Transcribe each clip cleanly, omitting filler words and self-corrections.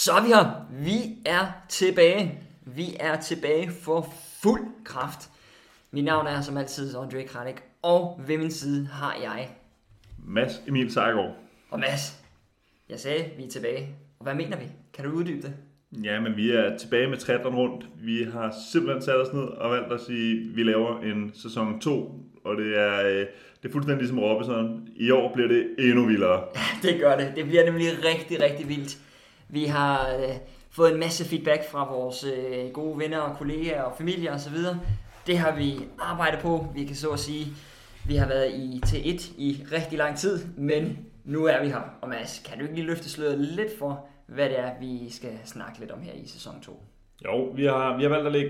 Så er vi her. Vi er tilbage. Vi er tilbage for fuld kraft. Mit navn er som altid André Kranek, og ved min side har jeg Mads Emil Sejgaard. Og Mads, jeg sagde, vi er tilbage. Og hvad mener vi? Kan du uddybe det? Ja, men vi er tilbage med triathlon rundt. Vi har simpelthen sat os ned og valgt at sige, at vi laver en sæson 2. Og det er fuldstændig ligesom Robinson. I år bliver det endnu vildere. Ja, det gør det. Det bliver nemlig rigtig, rigtig vildt. Vi har fået en masse feedback fra vores gode venner og kollegaer og familie og så videre. Det har vi arbejdet på. Vi kan så at sige, vi har været i T1 i rigtig lang tid, men nu er vi her. Og Mads, kan du ikke lige løfte sløret lidt for, hvad det er, vi skal snakke lidt om her i sæson 2? Jo, vi har valgt at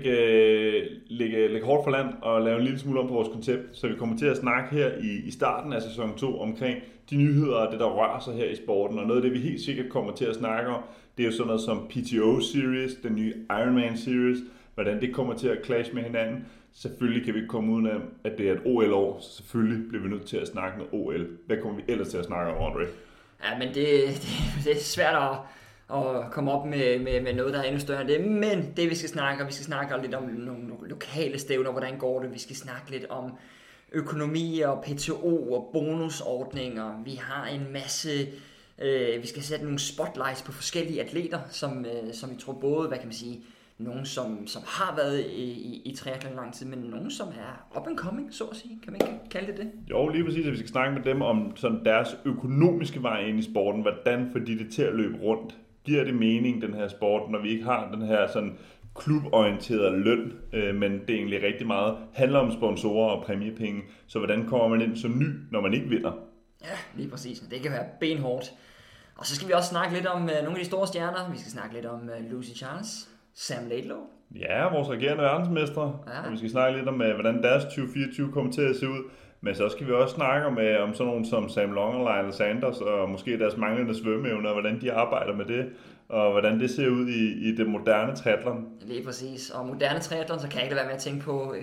lægge hårdt for land og lave en lille smule om på vores koncept, så vi kommer til at snakke her i starten af sæson 2 omkring de nyheder og det, der rører sig her i sporten. Og noget af det, vi helt sikkert kommer til at snakke om, det er jo sådan noget som PTO Series, den nye Ironman Series, hvordan det kommer til at clash med hinanden. Selvfølgelig kan vi ikke komme uden af, at det er et OL-år, så selvfølgelig bliver vi nødt til at snakke med OL. Hvad kommer vi ellers til at snakke om, André? Ja, men det er svært at komme op med noget, der er endnu større end det. Men det vi skal snakke lidt om nogle lokale stævner, hvordan går det. Vi skal snakke lidt om økonomi og PTO og bonusordninger. Vi har en masse, vi skal sætte nogle spotlights på forskellige atleter, som vi tror både, hvad kan man sige, nogen som har været i triathlon i lang tid, men nogen som er up and coming, så at sige. Kan man ikke kalde det det? Jo, lige præcis, at vi skal snakke med dem om sådan deres økonomiske vej ind i sporten. Hvordan får de det til at løbe rundt? Giver det mening, den her sport, når vi ikke har den her sådan kluborienterede løn, men det er egentlig rigtig meget handler om sponsorer og præmiepenge. Så hvordan kommer man ind som ny, når man ikke vinder? Ja, lige præcis. Det kan være benhårdt. Og så skal vi også snakke lidt om nogle af de store stjerner. Vi skal snakke lidt om Lucy Charles, Sam Laidlow. Ja, vores regerende verdensmestre. Ja. Og vi skal snakke lidt om, hvordan deres 2024 kommer til at se ud. Men så skal vi også snakke om sådan nogle som Sam Long og Lionel Sanders, og måske deres manglende svømmeevner, og hvordan de arbejder med det, og hvordan det ser ud i det moderne triathlon. Lige præcis. Og moderne triathlon, så kan jeg ikke lade være med at tænke på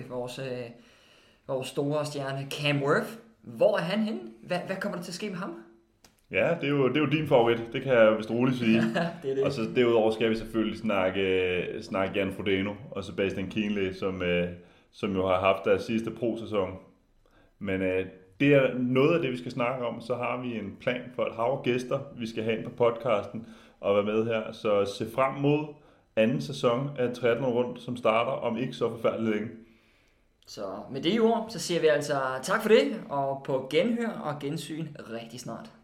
vores store stjerne, Cam Wurf. Hvor er han henne? Hvad kommer der til at ske med ham? Ja, det er jo din favorit, det kan jeg vist roligt sige. Det er det. Og så derudover skal vi selvfølgelig snakke Jan Frodeno og Sebastian Kienle, som jo har haft deres sidste pro-sæson. Men det er noget af det, vi skal snakke om. Så har vi en plan for et hav af gæster, vi skal have ind på podcasten og være med her. Så se frem mod anden sæson af Triathlon Rundt, som starter om ikke så forfærdeligt længe. Så med det ord, så siger vi altså tak for det, og på genhør og gensyn rigtig snart.